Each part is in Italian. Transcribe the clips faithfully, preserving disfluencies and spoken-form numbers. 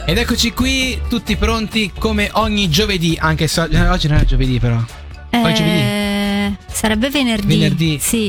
Ed eccoci qui, tutti pronti come ogni giovedì, anche se eh, oggi non è giovedì però. Eh, Oggi è giovedì. Sarebbe venerdì. Venerdì. Sì.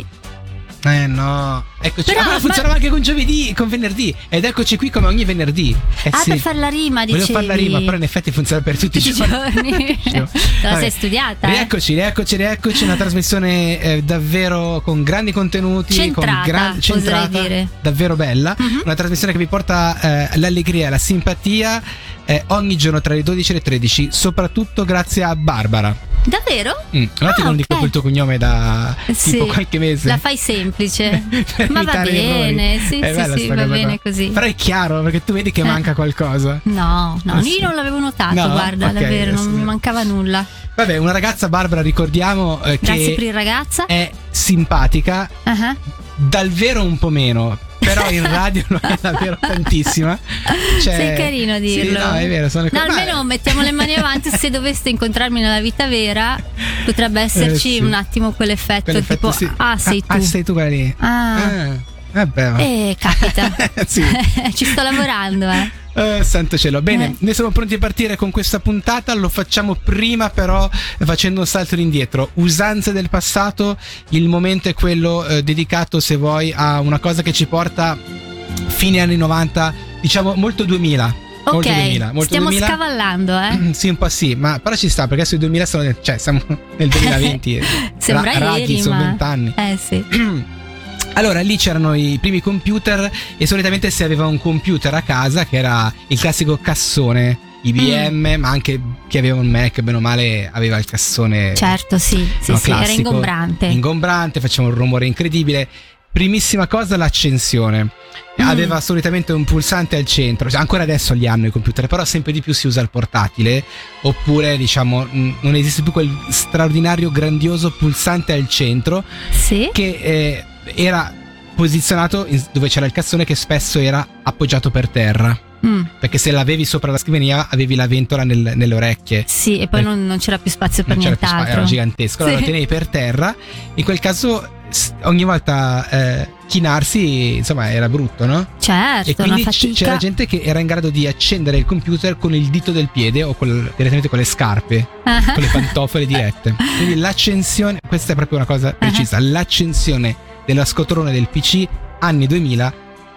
Eh no, eccoci. Però, ah, ma funzionava ma... anche con giovedì, con venerdì. Ed eccoci qui come ogni venerdì. Eh, ah, sì. per fare la rima, dicevi. Volevo fare la rima, però in effetti funziona per tutti, tutti i giorni. Te la sei studiata. Rieccoci, eh? rieccoci, rieccoci. Una trasmissione eh, davvero con grandi contenuti, centrata, con gran... centrata, oserei dire. davvero bella. Mm-hmm. Una trasmissione che vi porta eh, l'allegria, la simpatia eh, ogni giorno tra le dodici e le tredici, soprattutto grazie a Barbara. Davvero? Mm. Un attimo, ah, non dico okay. quel tuo cognome da sì, tipo qualche mese. La fai semplice. Ma va bene, sì, è sì, sì, va bene qua. così. Però è chiaro perché tu vedi che eh. manca qualcosa. No, no, ah, io sì. non l'avevo notato, no? guarda, okay, davvero, non sì. mi mancava nulla. Vabbè, una ragazza, Barbara, ricordiamo eh, Grazie che per il ragazza. è simpatica, uh-huh. dal vero un po' meno. Però in radio lo è davvero tantissima. Cioè, sei carino a dirlo. Sì, no, è vero, sono le no, cose. almeno mettiamo le mani avanti. Se doveste incontrarmi nella vita vera, potrebbe esserci eh, sì. un attimo quell'effetto, quell'effetto tipo sì. ah sei ah, tu ah sei tu quella lì. ah, ah vabbè, va. eh capita. Sì. Ci sto lavorando eh Uh, santo cielo. Bene, eh. noi siamo pronti a partire con questa puntata. Lo facciamo prima però facendo un salto indietro. Usanze del passato. Il momento è quello uh, dedicato, se vuoi, a una cosa che ci porta fine anni novanta, diciamo molto duemila. Ok, molto duemila, molto stiamo duemila. Scavallando eh Sì, un po' sì, ma però ci sta perché adesso i duemila sono nel, cioè siamo nel duemilaventi. Sembra ra- ieri, raghi, sono ma vent'anni. Eh sì. Allora, lì c'erano i primi computer e solitamente si aveva un computer a casa che era il classico cassone I B M, mm. ma anche chi aveva un Mac, bene o male, aveva il cassone. Certo, sì, sì, no, sì, era ingombrante. Ingombrante, faceva un rumore incredibile. Primissima cosa, l'accensione. Mm. Aveva solitamente un pulsante al centro, cioè, ancora adesso li hanno i computer, però sempre di più si usa il portatile, oppure diciamo non esiste più quel straordinario, grandioso pulsante al centro, sì. che eh, era posizionato in, dove c'era il cassone, che spesso era appoggiato per terra. Mm. Perché se l'avevi sopra la scrivania avevi la ventola nel, nelle orecchie. Sì, e poi non, non c'era più spazio per nient'altro. Spazio, era gigantesco. Allora sì. Lo tenevi per terra. In quel caso ogni volta eh, chinarsi, insomma, era brutto, no? Certo, e quindi una fatica. C'era gente che era in grado di accendere il computer con il dito del piede o col, direttamente con le scarpe, uh-huh. con le pantofole dirette. Quindi l'accensione, questa è proprio una cosa precisa, uh-huh. l'accensione della scotrone del P C anni duemila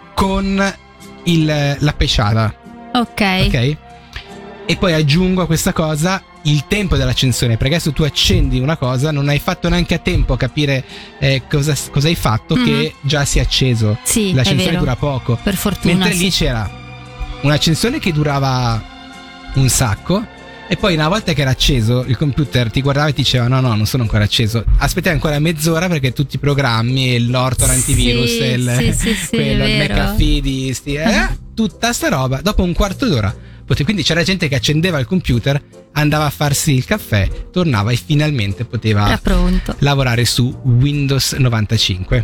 con il, la pesciata. Ok. Ok. E poi aggiungo a questa cosa il tempo dell'accensione, perché adesso tu accendi una cosa, non hai fatto neanche a tempo a capire eh, cosa, cosa hai fatto, mm. che già si è acceso. Sì, l'accensione dura poco. Per fortuna. Mentre sì. lì c'era un'accensione che durava un sacco, e poi una volta che era acceso il computer ti guardava e ti diceva no no non sono ancora acceso, aspettavi ancora mezz'ora perché tutti i programmi, l'Orton antivirus, sì, il, sì, sì, sì, quello, il McAfee di sti, eh, tutta sta roba dopo un quarto d'ora. Quindi c'era gente che accendeva il computer, andava a farsi il caffè, tornava e finalmente poteva lavorare su Windows novantacinque.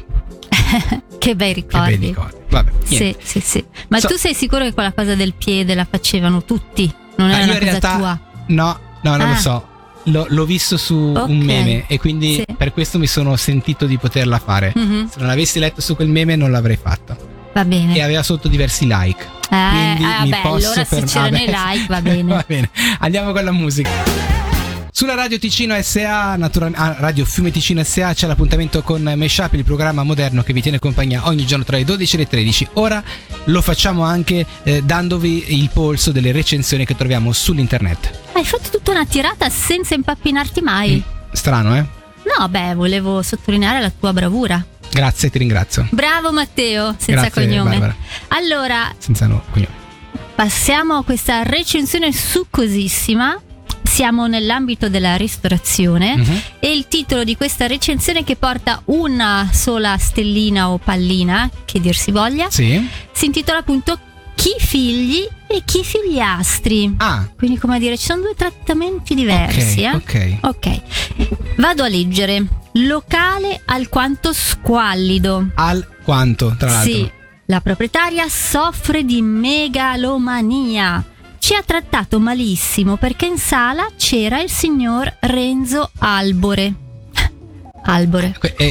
Che bei ricordi. Che bei ricordi. Vabbè, sì, sì, sì. Ma so, tu sei sicuro che quella cosa del piede la facevano tutti? Non era ah, una in cosa realtà, tua? No, no, non ah. lo so. L'ho, l'ho visto su okay. un meme e quindi sì. per questo mi sono sentito di poterla fare. Mm-hmm. Se non avessi letto su quel meme non l'avrei fatta. Va bene. E aveva sotto diversi like. Eh, quindi ah, mi beh, posso allora se per... c'erano ah, i like va bene. Va bene. Andiamo con la musica. Sulla Radio Ticino S A, natura- ah, Radio Fiume Ticino S A, c'è l'appuntamento con Mashup, il programma moderno che vi tiene compagnia ogni giorno tra le dodici e le tredici. Ora lo facciamo anche eh, dandovi il polso delle recensioni che troviamo sull'internet. Hai fatto tutta una tirata senza impappinarti mai. Mm, strano, eh? No, beh, volevo sottolineare la tua bravura. Grazie, ti ringrazio. Bravo Matteo, senza Grazie, cognome. Barbara. Allora, senza no, cognome. Passiamo a questa recensione succosissima. Siamo nell'ambito della ristorazione uh-huh. e il titolo di questa recensione, che porta una sola stellina o pallina, che dir si voglia, sì. si intitola appunto Chi figli e chi figliastri. Ah. Quindi, come dire, ci sono due trattamenti diversi. Ok, eh? ok. Vado a leggere. Locale alquanto squallido. Alquanto, tra l'altro. Sì. La proprietaria soffre di megalomania. Ci ha trattato malissimo perché in sala c'era il signor Renzo Albore. Albore. E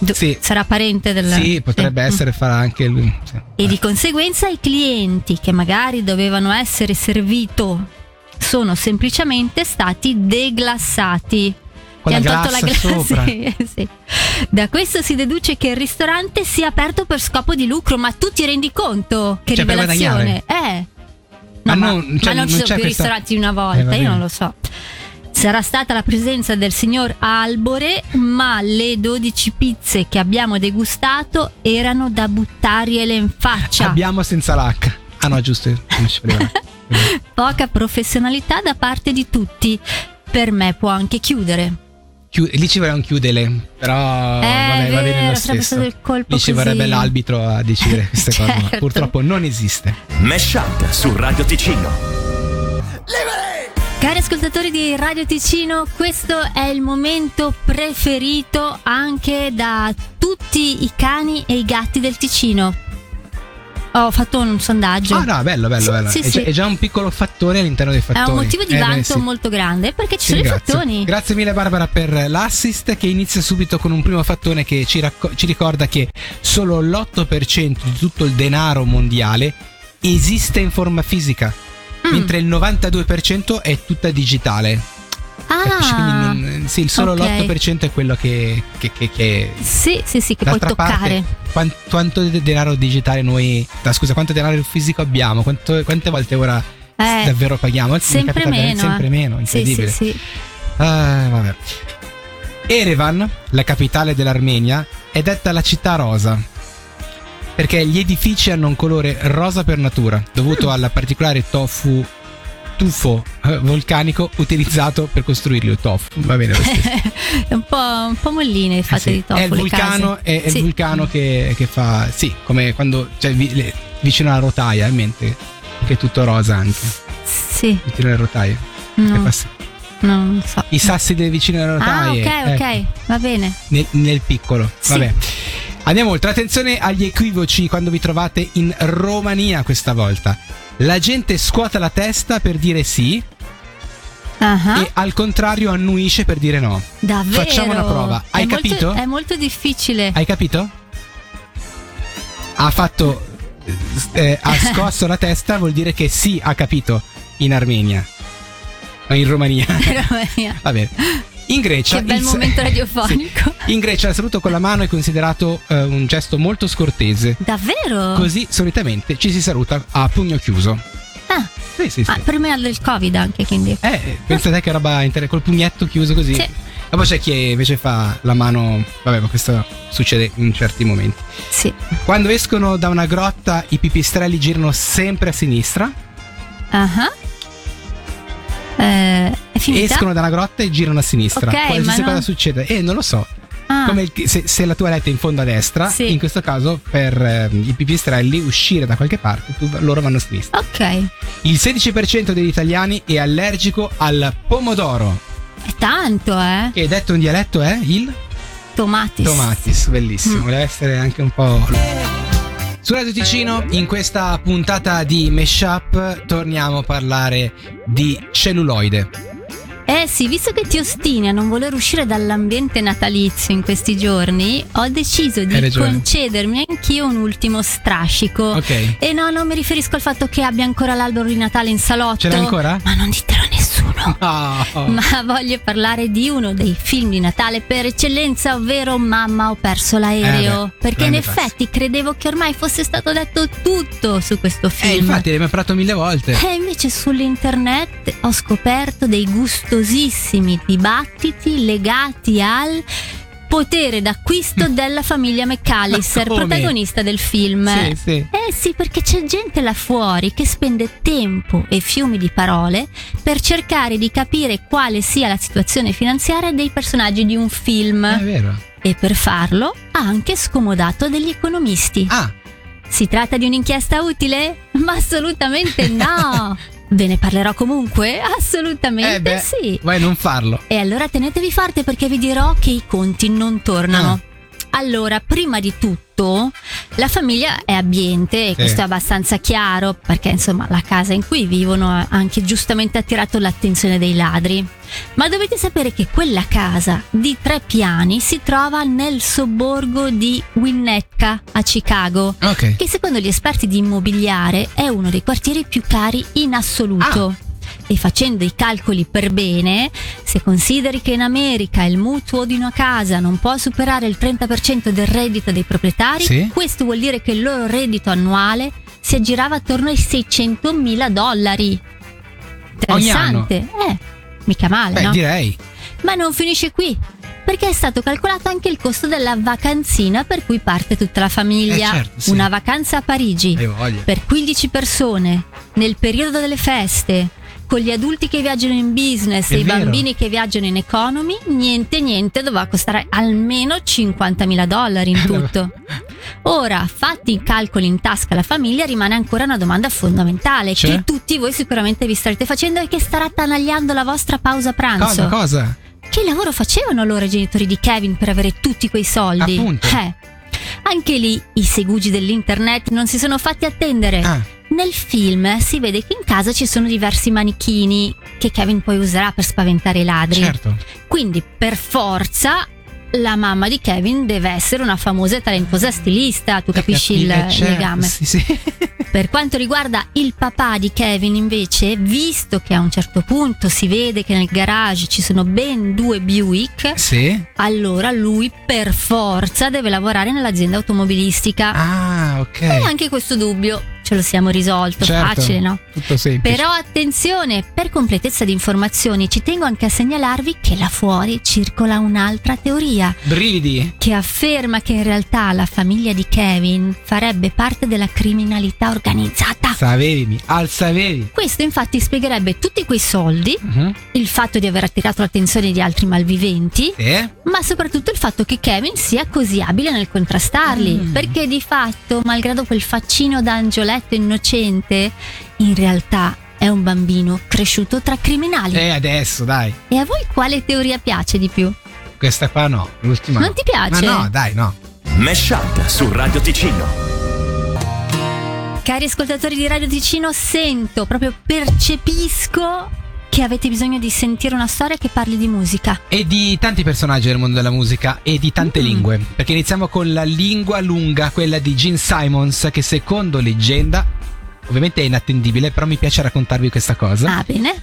Sì. Sarà parente del... Sì, potrebbe sì. essere, farà anche lui. Sì. E di conseguenza i clienti che magari dovevano essere servito sono semplicemente stati deglassati. Con Che la hanno tolto glassa la glassa. sopra. Sì, sì. Da questo si deduce che il ristorante sia aperto per scopo di lucro, ma tu ti rendi conto che Cioè, per rivelazione? Eh. No, Ma ma, non- cioè, ma non ci non sono c'è più questa- ristoranti di una Eh, va volta, io bene. non lo so. Sarà stata la presenza del signor Albore, ma le dodici pizze che abbiamo degustato erano da buttargliele in faccia. Abbiamo senza l'H. Ah no, giusto, non ci prima. Poca professionalità da parte di tutti. Per me può anche chiudere. Chiu- lì ci vorrà un chiudele, però vabbè, va bene lo Eh, sarebbe stato stesso. il colpo Lì ci così. vorrebbe l'arbitro a decidere queste cose, ma Certo. purtroppo non esiste. Mesh Up su Radio Ticino. Cari ascoltatori di Radio Ticino, questo è il momento preferito anche da tutti i cani e i gatti del Ticino. Ho fatto un sondaggio. Ah no, bello, bello, Sì, bello. sì, è, sì. Già, è già un piccolo fattore all'interno dei È fattori. un motivo di Eh, beh, vanto sì. molto grande perché ci Sì, sono i grazie. fattoni. Grazie mille Barbara per l'assist, che inizia subito con un primo fattone che ci, racco- ci ricorda che solo l'otto per cento di tutto il denaro mondiale esiste in forma fisica, Mm. mentre il novantadue per cento è tutta digitale. Capisci? Ah, Quindi non- sì, solo ok. l'otto per cento è quello che, che, che, che sì, sì, sì, che puoi d'altra toccare. parte, quan- quanto de- denaro digitale noi, no, scusa, quanto denaro fisico abbiamo? Quanto- quante volte ora Eh, davvero paghiamo? Mi sempre capita veramente meno, sempre eh. meno, Sì, incredibile. sì, sì. Ah, vabbè. Erevan, la capitale dell'Armenia, è detta la città rosa perché gli edifici hanno un colore rosa per natura, dovuto Mm. al particolare tofu tufo eh, vulcanico utilizzato per costruirli. Il tofu, va bene lo stesso. È un po', un po' molline fatte Eh sì, di tofu. è il le vulcano, case. è, è Sì. il vulcano che, che fa, sì, come quando, cioè, vi- le- vicino alla rotaia, in mente, che è tutto rosa anche, Sì, vicino alle rotaie. Che no, fa sì. no, non so. I sassi delle vicine alle Ah, rotaie. ok, ok, ecco. va bene. Nel, nel piccolo, Sì. vabbè. Andiamo oltre, attenzione agli equivoci quando vi trovate in Romania questa volta. La gente scuota la testa per dire sì Ah, e al contrario annuisce per dire no. davvero? Facciamo una prova. Hai È molto- capito? È molto difficile. Hai capito? Ha fatto eh, ha scosso la testa, vuol dire che sì, ha capito in Armenia. O in Romania. Va bene. In Grecia Che bel il- momento radiofonico. Sì. In Grecia il saluto con la mano è considerato eh, un gesto molto scortese. Davvero? Così solitamente ci si saluta a pugno chiuso. Ah, Sì, sì, sì. ah, per me ha del Covid anche, quindi. Eh, pensa te che roba inter- col pugnetto chiuso così. Sì. E poi c'è chi invece fa la mano. Vabbè, ma questo succede in certi momenti. Sì. Quando escono da una grotta, i pipistrelli girano sempre a sinistra. Ah. Eh, è finita? Escono da una grotta e girano a sinistra. Ok, Poi ma chissà cosa non- succede. Eh, non lo so. Ah, Come il- se, se la tua letta è in fondo a destra, Sì. in questo caso per eh, i pipistrelli uscire da qualche parte, tu- loro vanno a sinistra. ok. Il sedici per cento degli italiani è allergico al pomodoro, È tanto, eh? che detto in dialetto è il Tomatis. tomatis, bellissimo, Mm. deve essere anche un po'. Su Radio Ticino, in questa puntata di Meshup, torniamo a parlare di celluloide. Eh sì, visto che ti ostini a non voler uscire dall'ambiente natalizio in questi giorni, ho deciso Hai di ragione. concedermi anch'io un ultimo strascico. Ok. E no, non mi riferisco al fatto che abbia ancora l'albero di Natale in salotto. Ce l'hai ancora? Ma non ditelo a nessuno. Oh. Ma voglio parlare di uno dei film di Natale per eccellenza, ovvero Mamma ho perso l'aereo. Eh beh, perché in grande effetti credevo che ormai fosse stato detto tutto su questo Eh, film. infatti, l'abbiamo parlato mille volte. E invece sull'internet ho scoperto dei gustosissimi dibattiti legati al potere d'acquisto della famiglia McAllister, Ma come? protagonista del film. Sì, sì. Eh sì, perché c'è gente là fuori che spende tempo e fiumi di parole per cercare di capire quale sia la situazione finanziaria dei personaggi di un film. È vero. E per farlo ha anche scomodato degli economisti. Ah, Si tratta di un'inchiesta utile? Ma assolutamente no! Ve ne parlerò comunque? Assolutamente eh beh, sì! vai a non farlo. E allora tenetevi forte perché vi dirò che i conti non tornano. Allora, prima di tutto, la famiglia è abbiente, e questo Sì. è abbastanza chiaro, perché insomma la casa in cui vivono ha anche giustamente attirato l'attenzione dei ladri. Ma dovete sapere che quella casa di tre piani si trova nel sobborgo di Winnetka a Chicago, Ok. che secondo gli esperti di immobiliare è uno dei quartieri più cari in assoluto. E facendo i calcoli per bene, se consideri che in America il mutuo di una casa non può superare il trenta per cento del reddito dei proprietari, Sì. questo vuol dire che il loro reddito annuale si aggirava attorno ai seicentomila dollari. Ogni Interessante, eh, mica male, Beh, no? direi. Ma non finisce qui, perché è stato calcolato anche il costo della vacanzina per cui parte tutta la famiglia. Eh, certo, sì. Una vacanza a Parigi Hai voglia. per quindici persone nel periodo delle feste, con gli adulti che viaggiano in business È e i vero. bambini che viaggiano in economy, niente niente doveva costare almeno cinquantamila dollari in tutto. Ora, fatti i calcoli in tasca alla famiglia, rimane ancora una domanda fondamentale, Cioè? che tutti voi sicuramente vi starete facendo e che starà attanagliando la vostra pausa pranzo. Cosa, cosa? Che lavoro facevano allora i genitori di Kevin per avere tutti quei soldi? Appunto. Eh, anche lì i segugi dell'internet non si sono fatti attendere. Ah, Nel film si vede che in casa ci sono diversi manichini che Kevin poi userà per spaventare i ladri. certo. Quindi per forza la mamma di Kevin deve essere una famosa e talentuosa stilista, tu capisci il Eh, certo, legame. Sì, sì. Per quanto riguarda il papà di Kevin invece, visto che a un certo punto si vede che nel garage ci sono ben due Buick, Sì. allora lui per forza deve lavorare nell'azienda automobilistica. Ah, ok. E anche questo dubbio ce lo siamo risolto, Certo. facile, no? Tutto semplice. Però attenzione, per completezza di informazioni ci tengo anche a segnalarvi che là fuori circola un'altra teoria Brividi. che afferma che in realtà la famiglia di Kevin farebbe parte della criminalità organizzata. Savevi, al savevi. Questo infatti spiegherebbe tutti quei soldi, Mhm. il fatto di aver attirato l'attenzione di altri malviventi, Sì. ma soprattutto il fatto che Kevin sia così abile nel contrastarli, Mm. perché di fatto, malgrado quel faccino da angioletto innocente, in realtà è un bambino cresciuto tra criminali. E adesso, dai. E a voi quale teoria piace di più? Questa qua no, l'ultima. Non ti piace? Ma no, dai, no. Mesh Up su Radio Ticino. Cari ascoltatori di Radio Ticino, sento, proprio percepisco che avete bisogno di sentire una storia che parli di musica. E di tanti personaggi del mondo della musica e di tante Mm. lingue. Perché iniziamo con la lingua lunga, quella di Gene Simons, che secondo leggenda, ovviamente è inattendibile, però mi piace raccontarvi questa cosa. Ah, bene.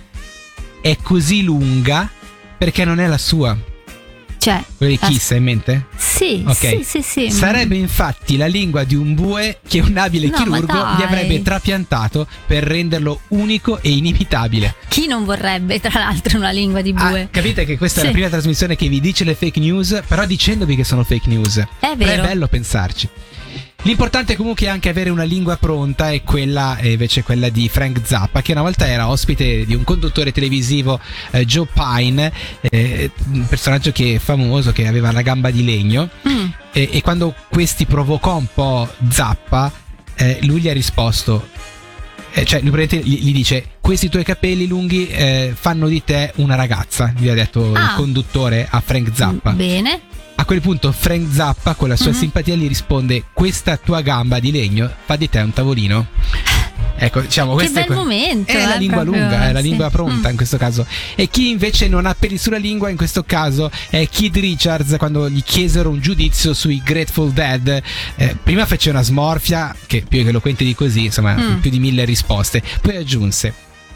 È così lunga perché non è la sua. Cioè, Quello di ah, Kiss, hai in mente? sì, Ok. sì, sì, sì. Sarebbe infatti la lingua di un bue che un abile No, chirurgo ma gli dai. avrebbe trapiantato per renderlo unico e inimitabile. Chi non vorrebbe, tra l'altro, una lingua di bue? Ah, capite che questa è Sì. la prima trasmissione che vi dice le fake news, però dicendovi che sono fake news. È Però vero. è bello pensarci. L'importante comunque è anche avere una lingua pronta, e quella è invece quella di Frank Zappa, che una volta era ospite di un conduttore televisivo, eh, Joe Pine, eh, un personaggio che è famoso, che aveva la gamba di legno, Mm. e, e quando questi provocò un po' Zappa, eh, lui gli ha risposto, eh, cioè lui praticamente gli, gli dice: questi tuoi capelli lunghi eh, fanno di te una ragazza, gli ha detto Ah. il conduttore a Frank Zappa. Bene. A quel punto Frank Zappa, con la sua Mhm. simpatia, gli risponde: questa tua gamba di legno fa di te un tavolino. Ecco, diciamo, Che questa bel è, que- momento. è la eh, lingua proprio, lunga, è la sì. lingua pronta Mm. in questo caso. E chi invece non ha peli sulla lingua in questo caso è Keith Richards, quando gli chiesero un giudizio sui Grateful Dead. Eh, prima fece una smorfia, che più che eloquente di così, insomma, Mm. più di mille risposte. Poi aggiunse: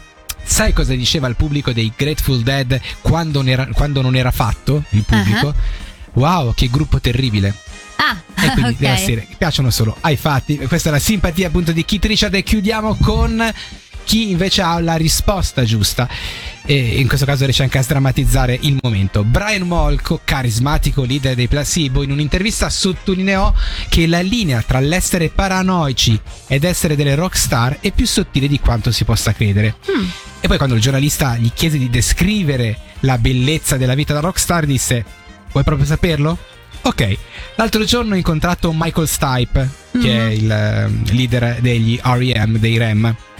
sai cosa diceva il pubblico dei Grateful Dead quando, non era, quando non era fatto il pubblico? Uh-huh. Wow, che gruppo terribile. Ah, E quindi ok. deve essere, piacciono solo ai fatti. Questa è la simpatia appunto di Keith Richards. E chiudiamo con chi invece ha la risposta giusta, e in questo caso riesce anche a sdrammatizzare il momento. Brian Molko, carismatico leader dei Placebo, in un'intervista sottolineò che la linea tra l'essere paranoici ed essere delle rockstar è più sottile di quanto si possa credere. Mm. E poi quando il giornalista gli chiese di descrivere la bellezza della vita da rockstar, disse: vuoi proprio saperlo? Ok. L'altro giorno ho incontrato Michael Stipe, che Mhm. è il eh, leader degli R E M, dei R E M.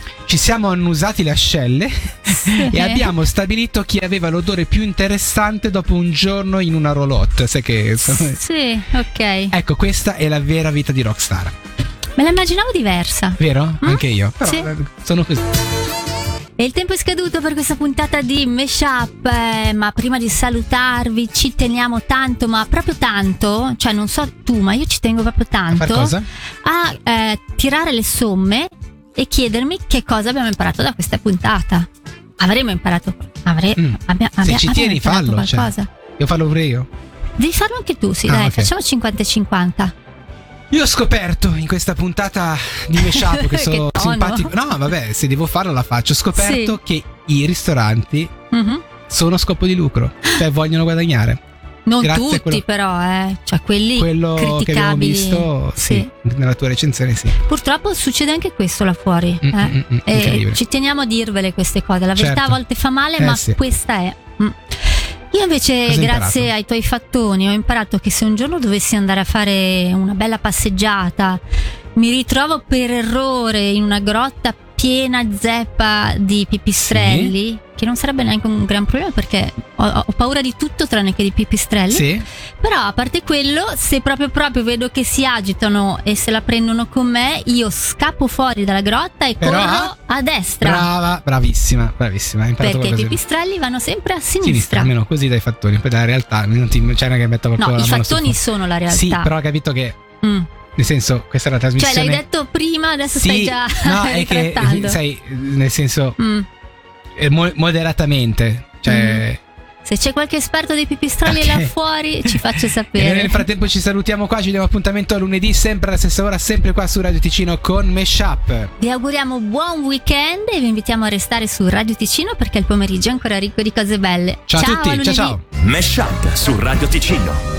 ci siamo annusati le ascelle Sì. e abbiamo stabilito chi aveva l'odore più interessante dopo un giorno in una roulotte. Sai che Sì, ok. ecco, questa è la vera vita di rockstar, Me la immaginavo diversa. vero? Mm? Anche io. Però Sì. eh, sono così. E il tempo è scaduto per questa puntata di Mashup, eh, ma prima di salutarvi ci teniamo tanto, ma proprio tanto, cioè non so tu, ma io ci tengo proprio A far tanto cosa? a eh, tirare le somme e chiedermi che cosa abbiamo imparato da questa puntata. Avremo imparato avre, Mm. abbia, Se abbia, ci avremo tieni, imparato fallo. Cioè, qualcosa. io fallo pure io. Devi farlo anche tu, sì, Ah, dai, ok. facciamo cinquanta e cinquanta. Io ho scoperto in questa puntata di Mashup che Che sono tono. simpatico. No, vabbè, se devo farlo la faccio. Ho scoperto che i ristoranti Mhm. sono scopo di lucro, cioè vogliono guadagnare. Non Grazie a tutti quello- però, eh. Cioè quelli Quello che abbiamo criticabili. visto, sì, nella tua recensione, sì. Purtroppo succede anche questo là fuori. Mm, eh. mm, mm, E incredibile. ci teniamo a dirvele queste cose. La verità Certo. a volte fa male, Eh, ma sì. questa è. Mm. Io invece, Cosa hai grazie imparato? ai tuoi fattoni, ho imparato che se un giorno dovessi andare a fare una bella passeggiata, mi ritrovo per errore in una grotta piena zeppa di pipistrelli, che non sarebbe neanche un gran problema perché ho, ho paura di tutto tranne che di pipistrelli. Sì, Però a parte quello, se proprio proprio vedo che si agitano e se la prendono con me, io scappo fuori dalla grotta e Però corro a- a destra. brava, bravissima, bravissima. Hai imparato Perché i qualcosa. pipistrelli vanno sempre a Sinistra, sinistra. almeno così dai fattoni. Poi dalla realtà non ti c'è una che metta qualcosa No, la i mano fattoni sul- sono la realtà. Sì, però ho capito che, Mm. nel senso, questa è una Cioè trasmissione. l'hai detto prima, adesso sì, stai già no, è che ritrattando. sai, nel senso, Mm. eh, mo- moderatamente, cioè. Se c'è qualche esperto dei pipistrelli Ok. là fuori, ci faccia E sapere. nel frattempo ci salutiamo qua, ci diamo appuntamento a lunedì, sempre alla stessa ora, sempre qua su Radio Ticino con Mashup. Vi auguriamo buon weekend e vi invitiamo a restare su Radio Ticino perché il pomeriggio è ancora ricco di cose belle. Ciao a Ciao, tutti, lunedì. ciao ciao. Mashup su Radio Ticino.